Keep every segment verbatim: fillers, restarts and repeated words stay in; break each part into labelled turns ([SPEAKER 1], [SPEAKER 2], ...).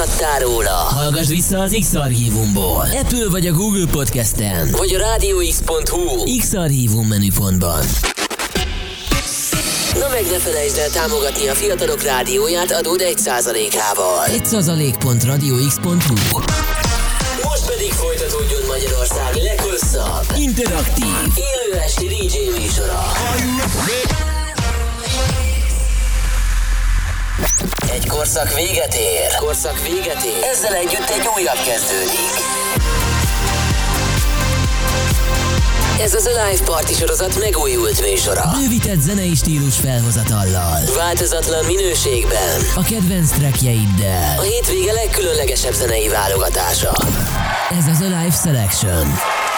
[SPEAKER 1] maradtál róla, hallgass vissza az X-Archívumból. Apple vagy a Google Podcasten, vagy a rádió x pont hu X-Archívum menüpontban. Na meg ne felejtsd el támogatni a Fiatalok Rádióját adód egy százalékával. egy százalék pont rádió x pont hu. Most pedig folytatódjon Magyarország leghosszabb, interaktív, élő esti dé dzsé műsora. Egy korszak véget ér. Korszak véget ér. Ezzel együtt egy újabb kezdődik. Ez az Alive Party sorozat megújult műsora. Bővített zenei stílus felhozatallal. Változatlan minőségben. A kedvenc trackjeiddel. A hétvége legkülönlegesebb zenei válogatása. Ez az Alive Selection.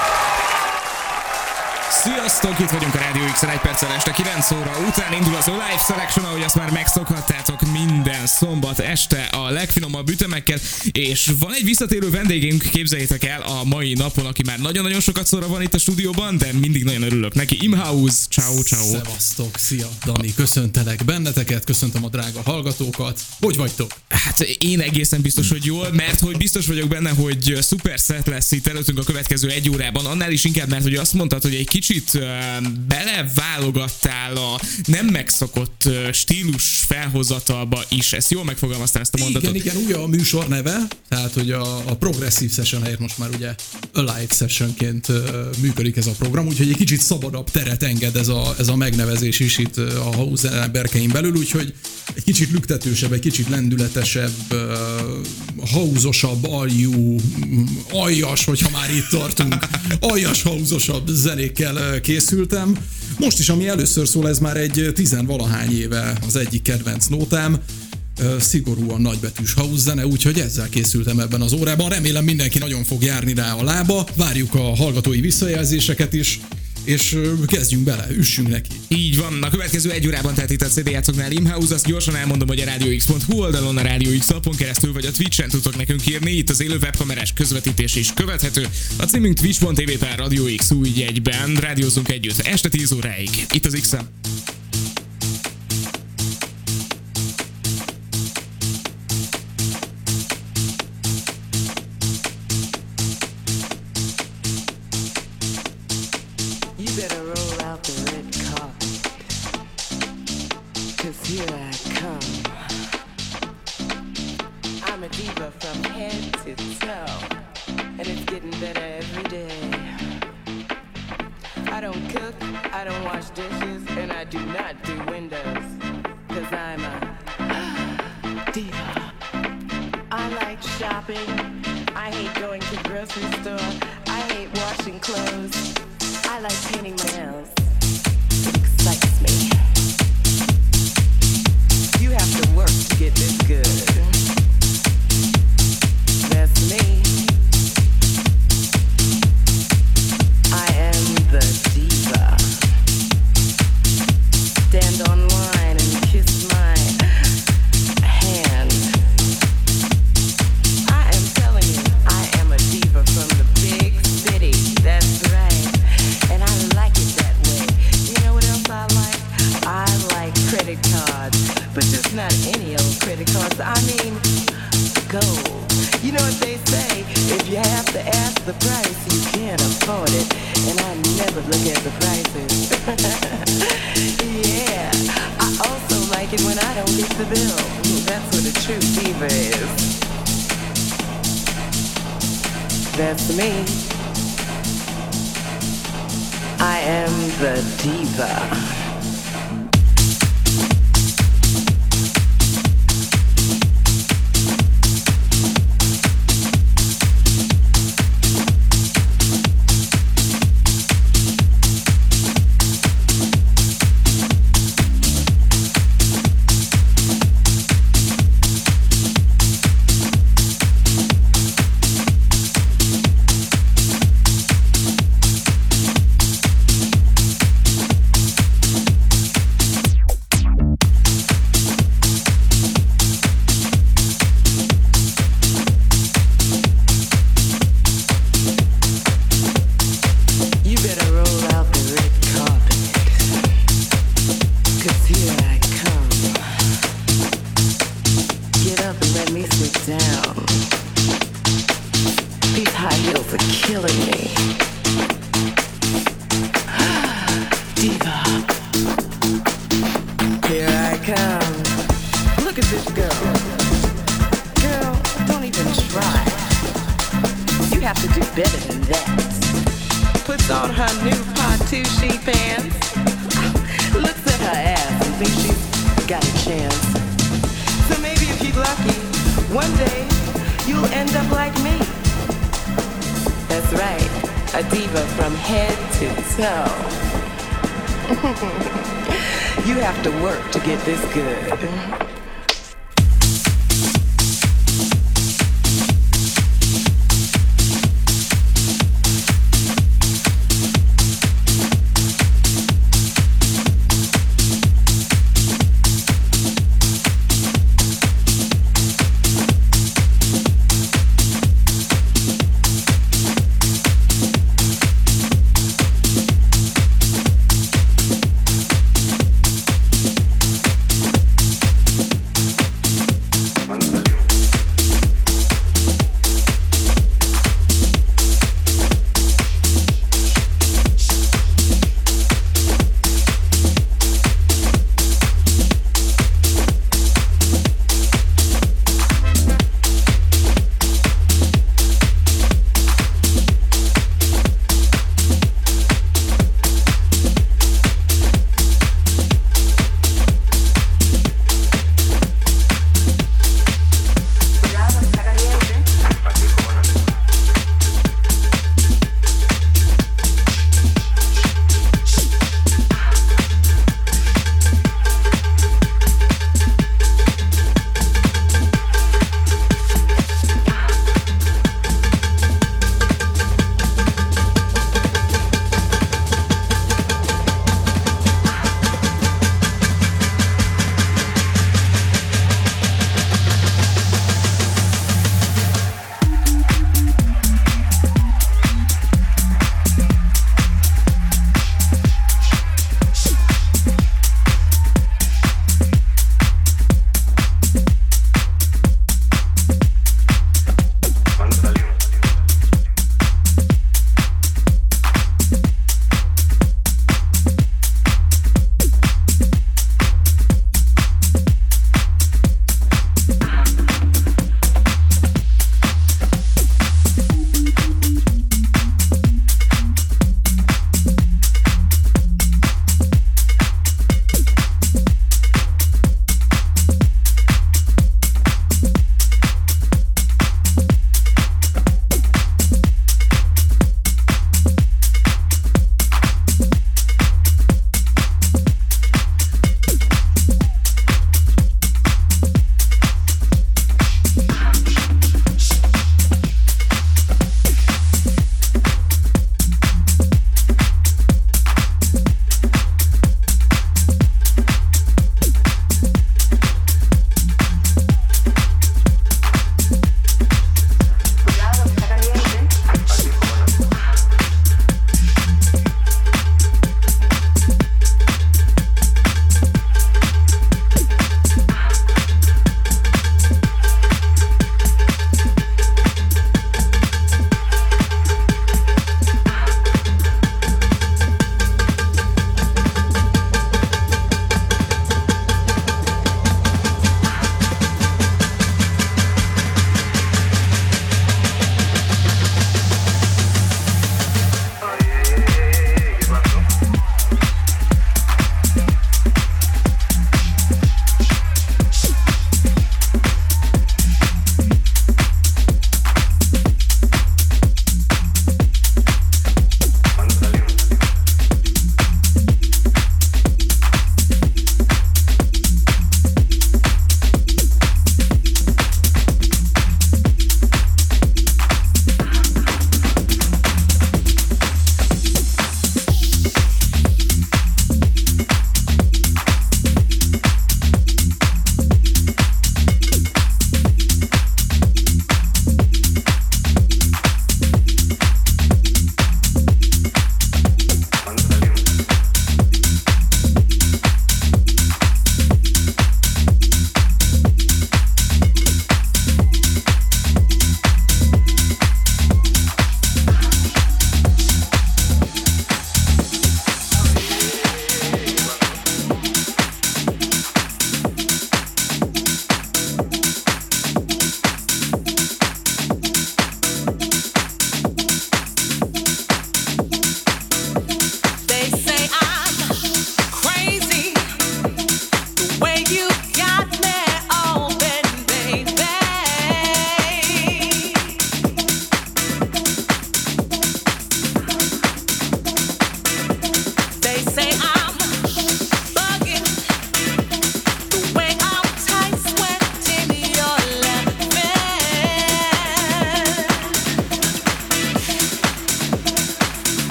[SPEAKER 2] Sziasztok, itt vagyunk a Rádió X-en, egy perccel este kilenc óra után indul az Alive Selection, ahogy azt már megszokhattátok minden szombat este a legfinomabb ütemekkel, és van egy visszatérő vendégünk, képzeljétek el a mai napon, aki már nagyon-nagyon sokat szóra van itt a stúdióban, de mindig nagyon örülök neki. Imhouse, ciao, ciao.
[SPEAKER 3] Szevasztok, szia Dani, köszöntelek benneteket, köszöntöm a drága hallgatókat. Hogy vagytok?
[SPEAKER 2] Hát én egészen biztos, hogy jól, mert hogy biztos vagyok benne, hogy szuper set lesz itt előttünk a következő egy órában, annál is inkább, mert hogy azt mondtad, hogy egy kicsit uh, beleválogattál a nem megszokott uh, stílus felhozatalba is. Ezt jól megfogalmaztál, ezt a mondatot.
[SPEAKER 3] Igen, igen, ugye a műsor neve, tehát hogy a, a Progressive Session helyett most már ugye Alive Sessionként uh, működik ez a program, úgyhogy egy kicsit szabadabb teret enged ez a, ez a megnevezés is itt uh, a house berkein belül, úgyhogy egy kicsit lüktetősebb, egy kicsit lendületesebb, uh, house-osabb, aljú, aljas, hogyha már itt tartunk, aljas house-osabb zenékkel készültem. Most is, ami először szól, ez már egy tizenvalahány éve az egyik kedvenc nótám, szigorúan nagybetűs house zene, úgyhogy ezzel készültem ebben az órában. Remélem mindenki nagyon fog járni rá a lába, várjuk a hallgatói visszajelzéseket is, és kezdjünk bele, üssünk neki.
[SPEAKER 2] Így van, a következő egy órában tehát itt a cé dé játszóknál Imhouse, azt gyorsan elmondom, hogy a rádió x pont hu oldalon, a Rádió X appon keresztül vagy a Twitchen tudtok nekünk írni, itt az élő webkamerás közvetítés is követhető. A címünk twitch pont tv per Rádió X új egyben, rádiózunk együtt este tíz óráig, itt az X-en.
[SPEAKER 4] sit down. These high heels are killing me. Diva. Here I come. Look at this girl. Girl, don't even try. You have to do better than that. Puts on her new Patucci pants. Looks at her ass and thinks she's got a chance. So maybe if you're lucky, one day you'll end up like me. That's right, a diva from head to toe. You have to work to get this good.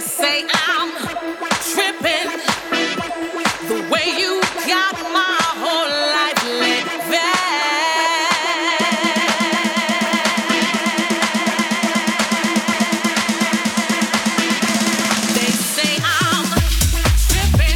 [SPEAKER 5] say I'm tripping. The way you got my whole life lit They say I'm tripping.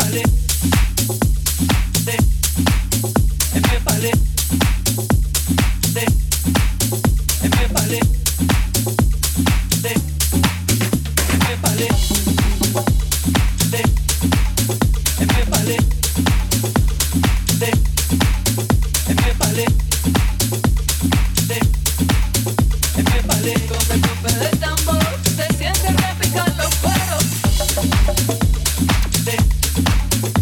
[SPEAKER 6] Se siente repicar los cueros.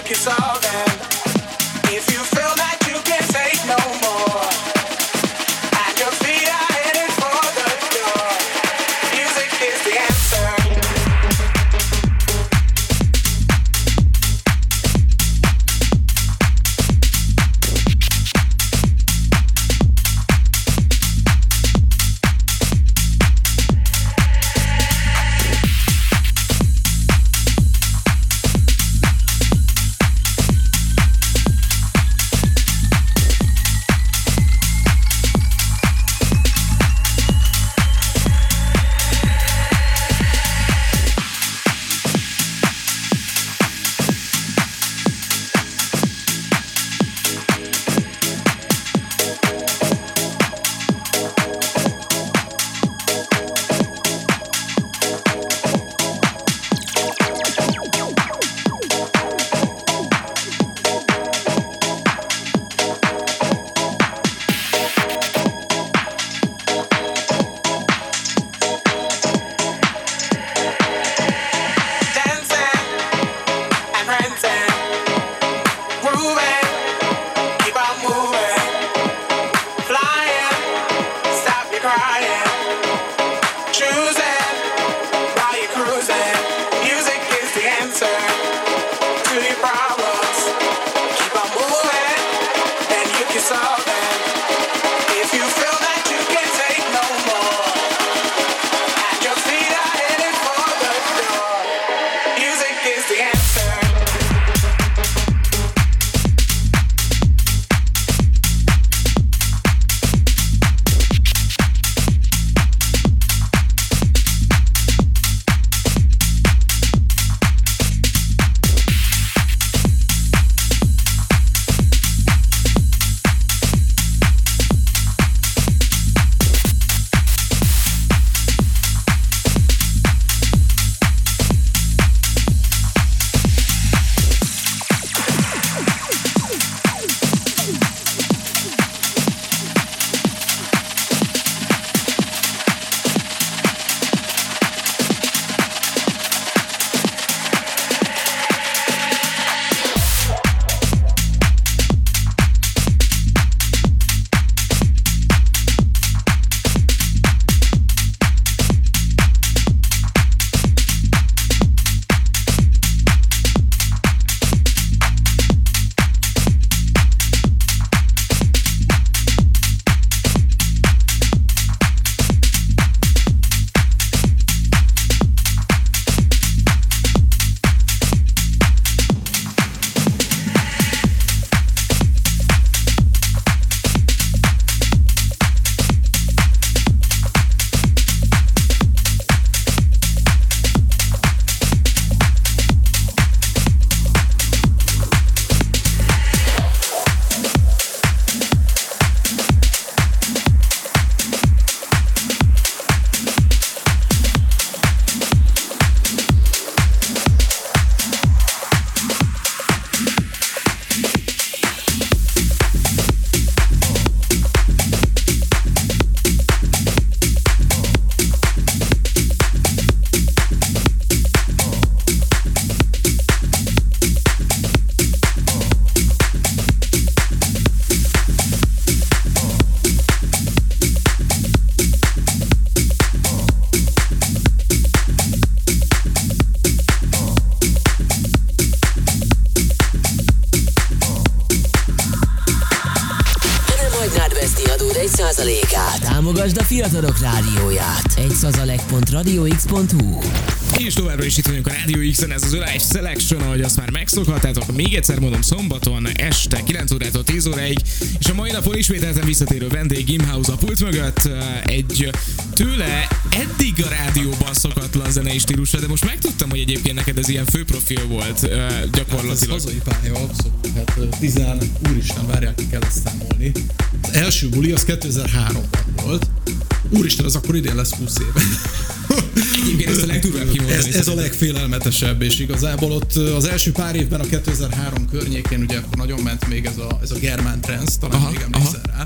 [SPEAKER 1] százalékát. Támogasd a Fiatalok Rádióját. egy százalék pont radio x pont hu.
[SPEAKER 2] És továbbra is itt vagyunk a Rádió X-en, ez az Live Selection, ahogy azt már megszokhattátok. Még egyszer mondom, szombaton este kilenc órától tíz óráig, és a mai napon ismételten visszatérő vendég Imhouse a pult mögött, egy tőle eddig a rádióban szokatlan zenei stílusra, de most megtudtam, hogy egyébként neked ez ilyen főprofil volt gyakorlatilag.
[SPEAKER 3] Hát ez hazai pálya, abszolút. Hát tizen, úristen, várják, ki kell ezt számolni. Az első buli az kétezer-háromban volt. Úristen, az akkor idén lesz húsz éve.
[SPEAKER 2] Egyébként ezt a legdurvább kimondani.
[SPEAKER 3] Ez, ez a legfélelmetesebb, és igazából ott az első pár évben a kétezer-három környékén ugye akkor nagyon ment még ez a, ez a German Trance, talán aha, még emlékszel rá.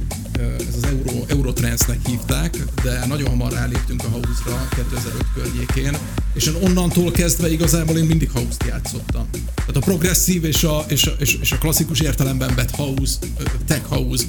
[SPEAKER 3] Ez az Euro, Eurotrance-nek hívták, de nagyon hamar ráléptünk a house-ra kétezer-öt környékén, és onnantól kezdve igazából én mindig house-t játszottam. Tehát Tehát a progresszív és a, és a, és a klasszikus értelemben vett house, tech house,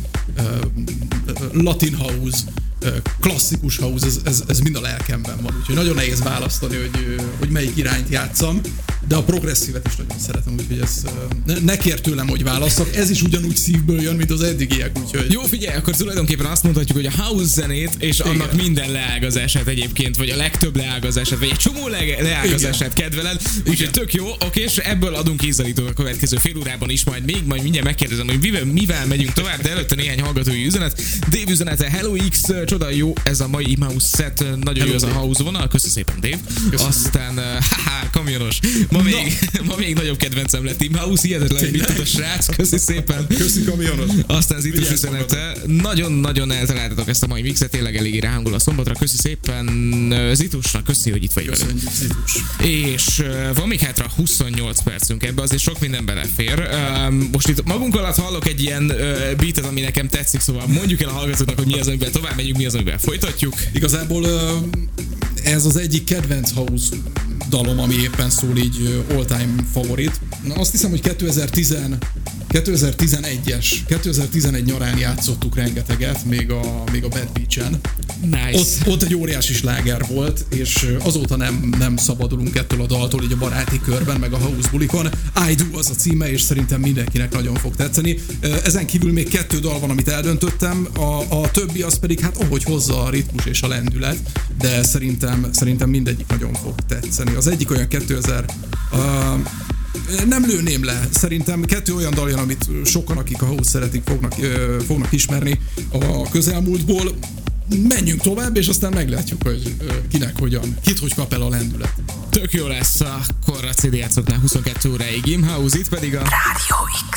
[SPEAKER 3] latin house, klasszikus house, ez, ez, ez mind a lelkemben van, úgyhogy nagyon nehéz választani, hogy, hogy melyik irányt játszam, de a progresszívet is nagyon szeretem, úgyhogy ez, ne, ne kér tőlem, hogy válasszak, ez is ugyanúgy szívből jön, mint az eddigiek, úgyhogy...
[SPEAKER 2] Jó, figyelj, akkor tulajdonképpen azt mondhatjuk, hogy a house zenét és
[SPEAKER 3] igen.
[SPEAKER 2] annak minden leágazását egyébként, vagy a legtöbb leágazását, vagy egy csomó le- leágazását kedveled, úgyhogy tök jó, oké, és ebből adunk ízelítőt a következő fél órában is, majd még, majd mindjárt megkérdezem, hogy mivel, mivel megyünk tovább, de előtte néhány hallgatói üzenet. Dave üzenete, Hello X, csoda jó, ez a mai Imhouse set, nagyon Hello, jó ez a house vonal, köszi szépen Dave. Köszönjük. Aztán, haha, kamionos, ma még, ma még nagyobb kedvencem lett Imhouse, hihetetlen, hogy mit tud a srác, köszi szépen.
[SPEAKER 3] Köszi kamionos.
[SPEAKER 2] Aztán Zitus üzenete, nagyon-nagyon eltaláltatok ezt a mai mixet, tényleg eléggé ráhangol a szombatra, köszi szépen Zitusnak, köszi, hogy itt vagy velünk.
[SPEAKER 3] Köszönjük, Zitus.
[SPEAKER 2] És uh, van még hátra huszonnyolc percünk, ebbe azért sok minden belefér. Uh, most itt magunk alatt hallok egy ilyen uh, beatet, ami nekem tetszik, szóval mondjuk el a hallgatóknak, hogy mi az, amiben tovább megyünk, mi az, amiben folytatjuk.
[SPEAKER 3] Igazából uh, ez az egyik kedvenc house dalom, ami éppen szól így uh, all-time favorit. Na, azt hiszem, hogy kétezer-tíz, kétezer-tizenegyes, kétezer-tizenegy nyarán játszottuk rengeteget, még a, még a Bad Beach-en.
[SPEAKER 2] Nice.
[SPEAKER 3] Ott, ott egy óriási sláger volt, és azóta nem, nem szabadulunk ettől a daltól így a baráti körben, meg a house bulikon. I Do az a címe, és szerintem mindenkinek nagyon fog tetszeni. Ezen kívül még kettő dal van, amit eldöntöttem, a, a többi az pedig hát ahogy hozza a ritmus és a lendület, de szerintem, szerintem mindegyik nagyon fog tetszeni. Az egyik olyan kétezer... Uh, nem lőném le, szerintem kettő olyan dal jön, amit sokan, akik a house szeretik, fognak, ö, fognak ismerni a közelmúltból. Menjünk tovább, és aztán meglátjuk, hogy ö, kinek hogyan, kit hogy kap el a lendület.
[SPEAKER 2] Tök jó lesz, akkor a cé dé játszoknál huszonkettő óráig Imhouse, itt pedig a
[SPEAKER 1] Rádió X.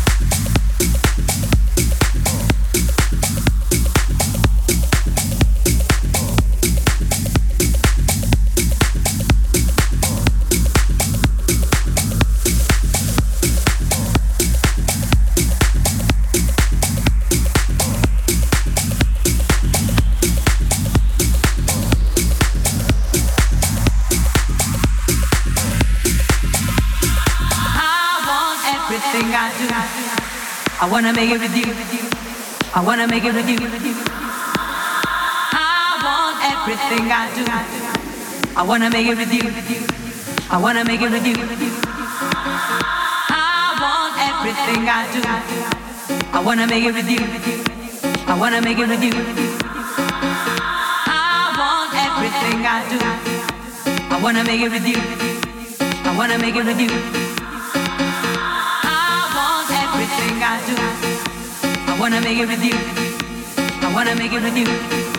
[SPEAKER 6] I wanna make it with you. I wanna make it with you. I want everything I do. I wanna make it with you. I wanna make it with you. I want everything I do. I wanna make it with you. I wanna make it with you. I want everything I do. I wanna make it with you. I wanna make it with you. Everything I do, I wanna make it with you. I wanna make it with you.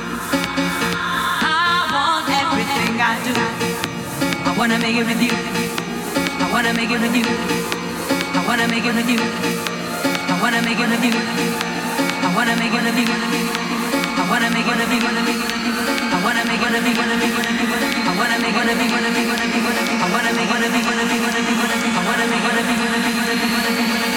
[SPEAKER 6] I want everything I do. I wanna make it with you. I wanna make it with you. I wanna make it with you. I wanna make it with you. I wanna make it with you. I wanna make it with you. I wanna make it with you. I wanna make it with you. I wanna make it with you. I wanna make it with you. I wanna make it with you. I wanna make it with you.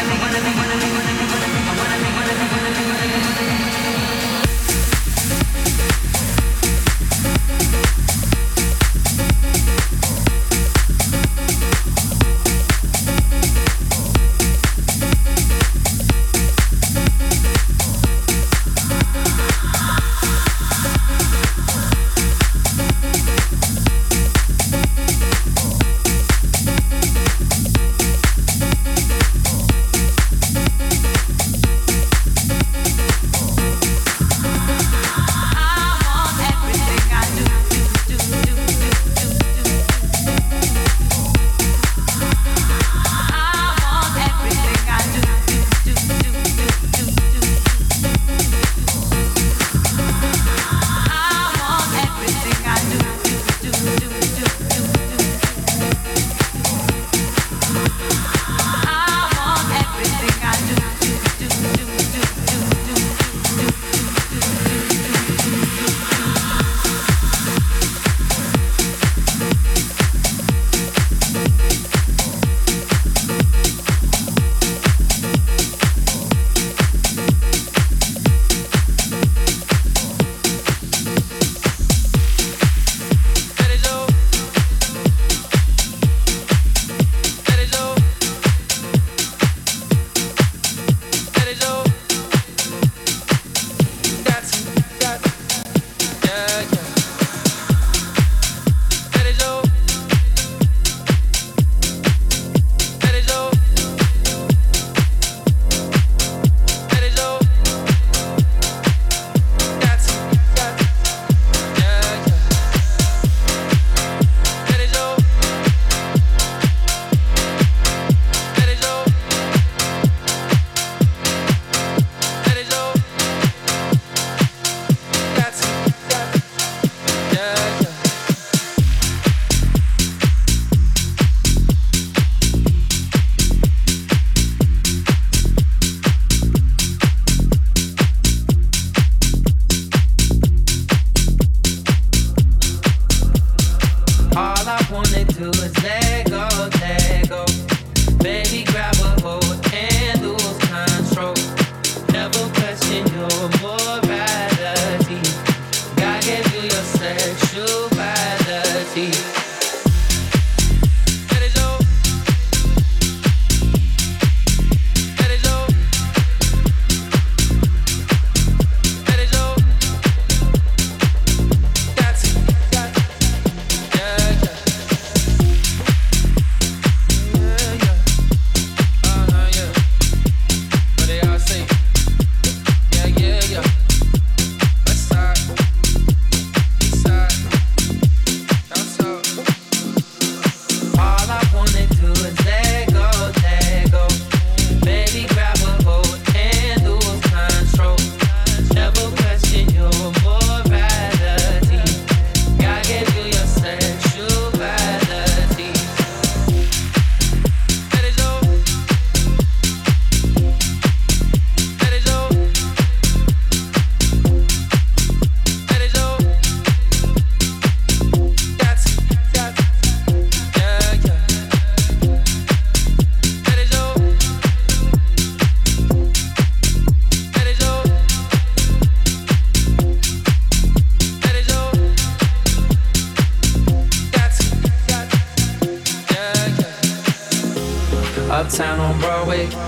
[SPEAKER 7] Uptown on Broadway,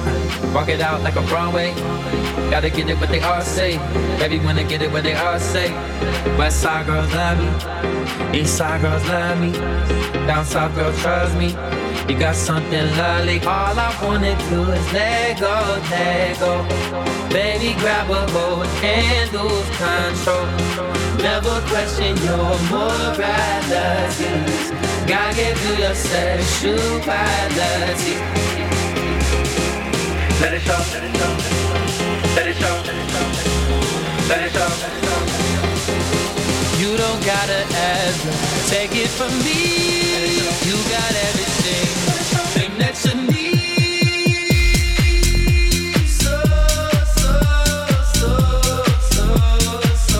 [SPEAKER 7] Walk it out like a Broadway. Gotta get it what they all say. Everyone to get it what they all say. West side girls love me. East side girls love me. Down south girls trust me. You got something lovely. All I wanna do is let go, let go. Baby, grab a hold and lose control. Never question your morality. Gotta give you your sexuality. Let it show, let it show, let it show, let it show. You don't gotta ask, take it from me. You got everything, thing that you need. So, so, so, so, so.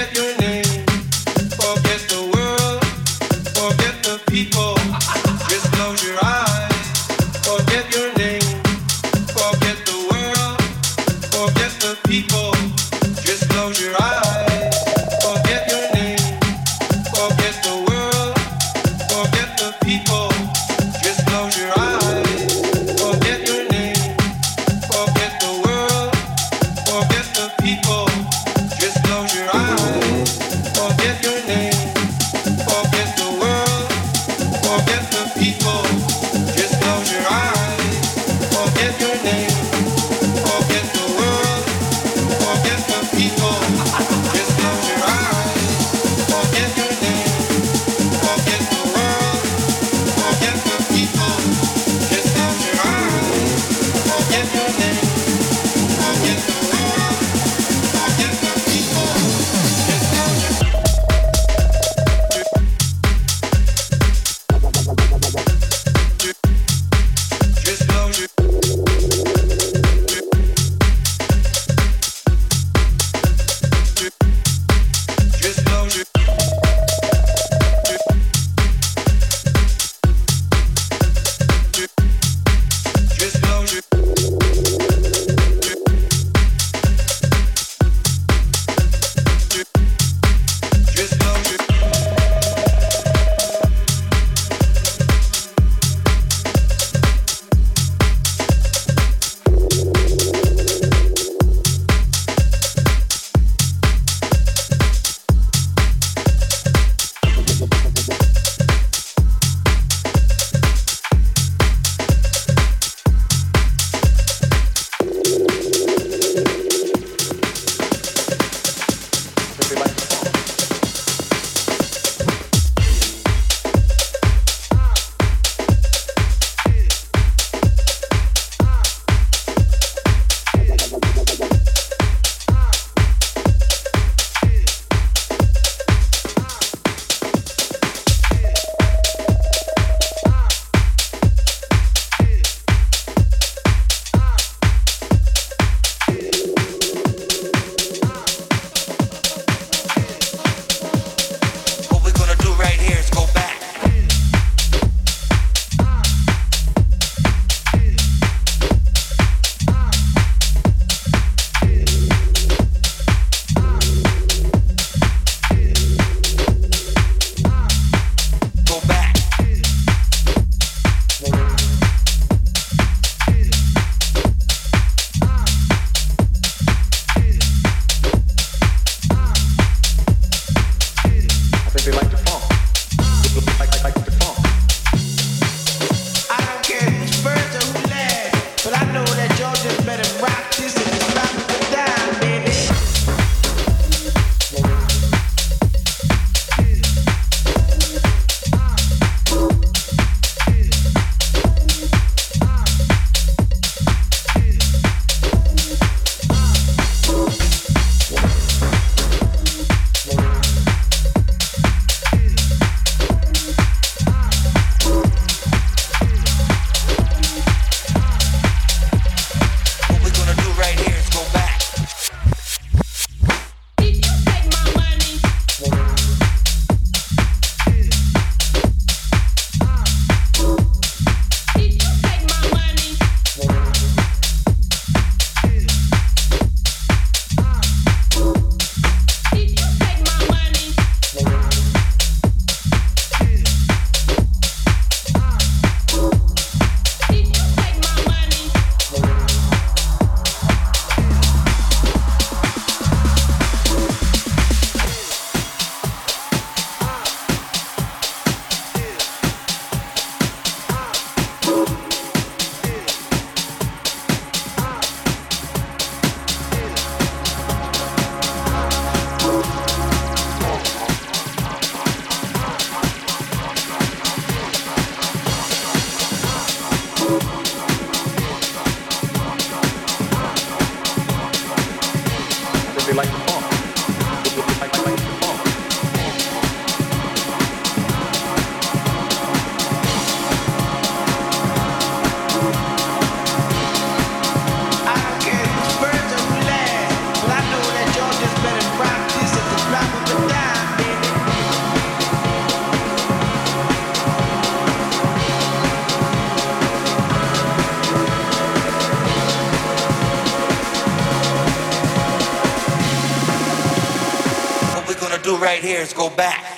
[SPEAKER 8] Forget the world, forget the people. Just close your eyes. Forget your name. Forget the world. Forget the people. Just close your eyes. Forget your name. Forget the world. Forget the people. Just close your eyes. Forget your name. Forget the world. Forget the people. Just close your eyes. Forget your name. Forget the world. Forget the people.
[SPEAKER 9] years go back.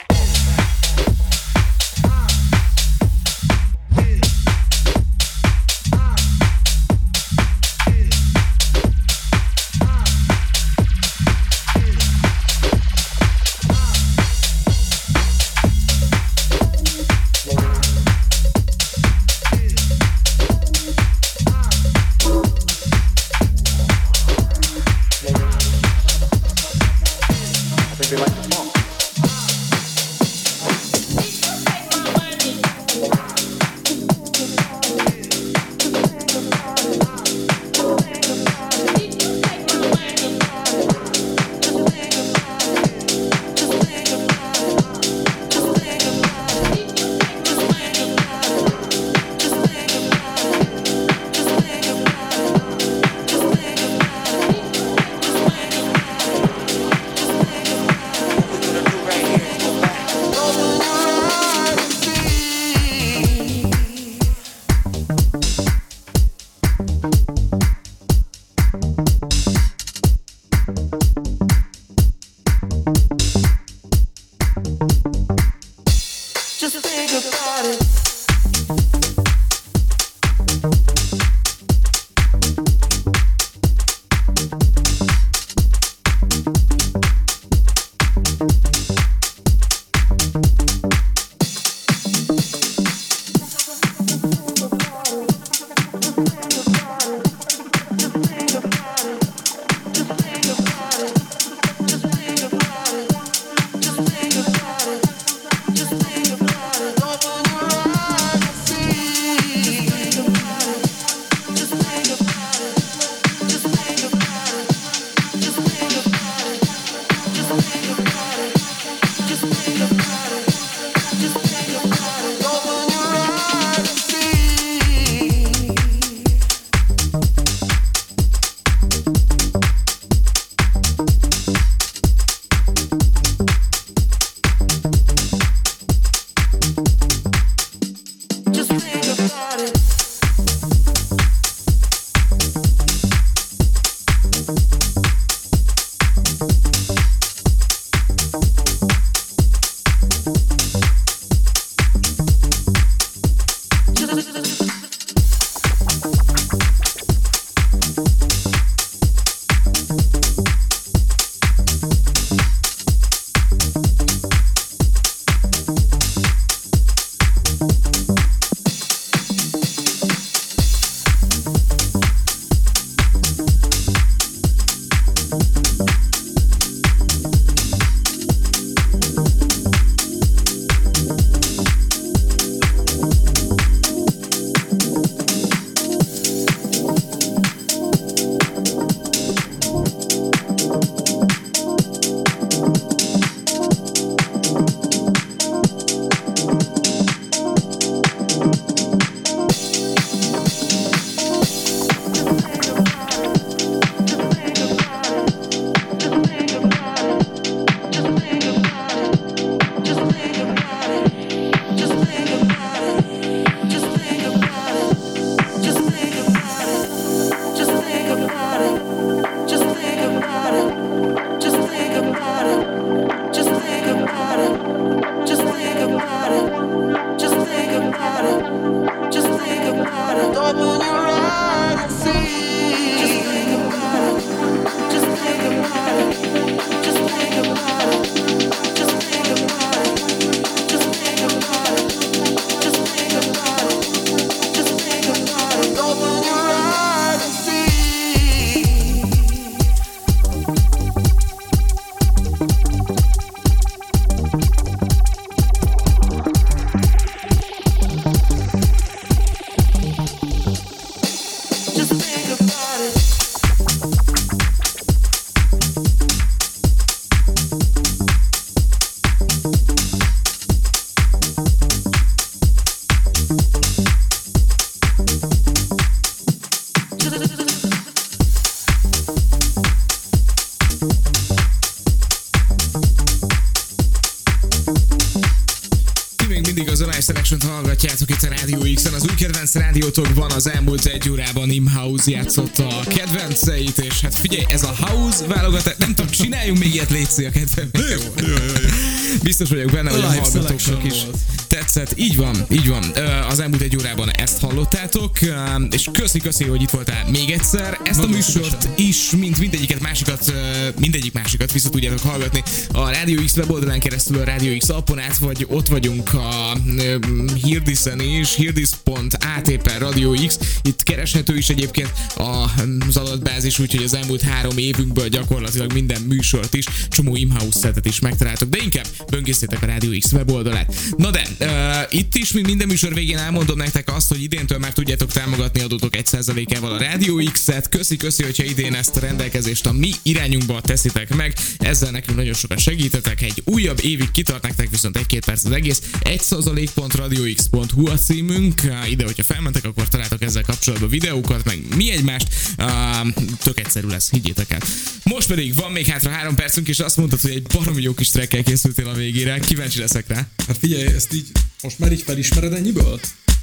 [SPEAKER 2] mindig az Live Selection-t hallgatjátok itt a Radio X-en. Az új kedvenc rádiótokban az elmúlt egy órában Imhouse játszotta a kedvenceit, és hát figyelj, ez a House válogatás, nem tudom, csináljunk még ilyet, létszi a kedvenceit. Jó, jó, jó, jó. Biztos vagyok benne, hogy a hallgatóknak is tetszett. Így van, így van. Az elmúlt egy órában ezt hallottátok, és köszi, köszi, hogy itt voltál még egyszer. Ezt a műsort is, mint mindegyiket másikat, mindegyik másikat vissza tudjátok hallgatni a Radio X weboldalán keresztül, a Radio X appon át, vagy ott vagyunk a Hirdisen is, hirdis pont á té per Radio X. Itt kereshető is egyébként az adatbázis, úgyhogy az elmúlt három évünkből gyakorlatilag minden műsort is, csomó Imhouse szetet is megtaláltok, de inkább böngésztétek a Radio X weboldalát. Na de, uh, itt is, mint minden műsor végén elmondom nektek azt, hogy idéntől már tudjátok támogatni adótok egy százalékával a Radio X-et. Köszi, köszi, hogyha idén ezt a rendelkezést a mi irányunkba teszitek meg. Ezzel nekünk nagyon sokat segítetek. Egy újabb évig kitart nektek, viszont egy-két perc az egész. egy százalék pont radio x pont hu a címünk. Ide, hogyha felmentek, akkor találtok ezzel kapcsolatban videókat, meg mi egymást. Uh, tök egyszerű lesz, higgyétek el. Most pedig van még hátra három percünk, és azt mondtad, hogy egy baromi jó kis trackkel készültél a végére. Kíváncsi leszek rá.
[SPEAKER 3] Hát figyelj, ezt így most már így felismered ennyiből?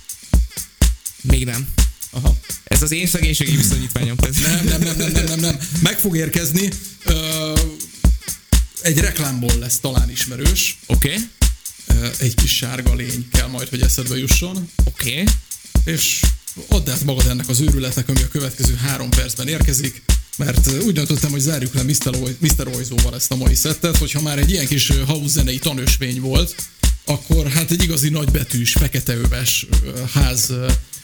[SPEAKER 2] Még nem.
[SPEAKER 3] Aha.
[SPEAKER 2] Ez az én szegénységi viszonyítványom.
[SPEAKER 3] Nem, nem, nem, nem, nem, nem, nem. Meg fog érkezni. Ö, egy reklámból lesz talán ismerős.
[SPEAKER 2] Oké. Okay.
[SPEAKER 3] Egy kis sárga lény kell majd, hogy eszedbe jusson.
[SPEAKER 2] Oké. Okay.
[SPEAKER 3] És add át magad ennek az őrületnek, ami a következő három percben érkezik, mert úgy döntöttem, hogy zárjuk le miszter Oizóval ezt a mai szettet, hogyha már egy ilyen kis house zenei tanösvény volt, akkor hát egy igazi nagybetűs, feketeöves ház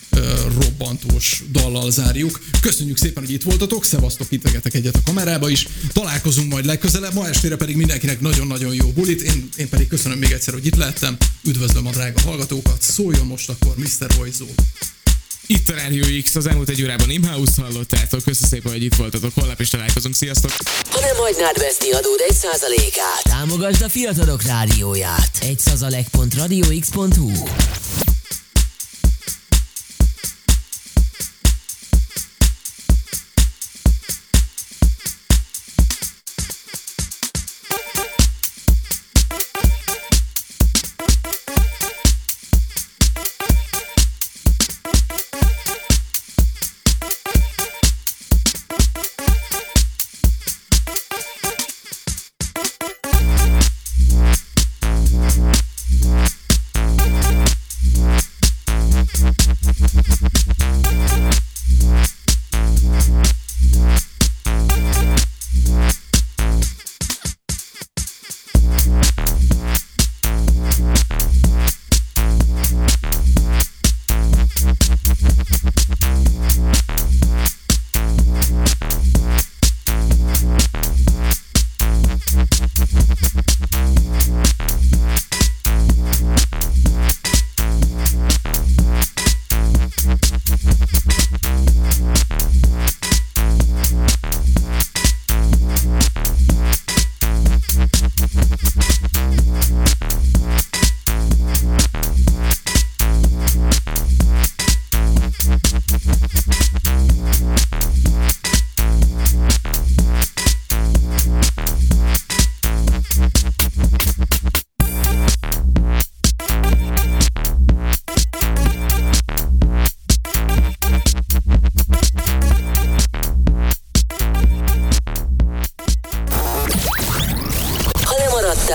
[SPEAKER 3] robbantós dallal zárjuk. Köszönjük szépen, hogy itt voltatok, szevasztok, itt vegetek egyet a kamerába is. Találkozunk majd legközelebb, ma estére pedig mindenkinek nagyon-nagyon jó bulit. Én, én pedig köszönöm még egyszer, hogy itt lehettem. Üdvözlöm a drága hallgatókat. Szóljon most akkor miszter Oizó.
[SPEAKER 2] Itt a Radio X, az elmúlt egy órában Imhouse hallottátok. Köszönöm szépen, hogy itt voltatok. Holnap is találkozunk. Sziasztok!
[SPEAKER 1] Ha nem hagynád veszni adód egy százalékát, támogasd a fiatalok rádióját. egy százalék pont radio x pont hu.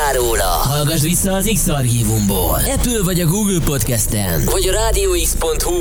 [SPEAKER 1] Hallgass vissza az X archívumból. Apple vagy a Google Podcasten, vagy a radio x pont hu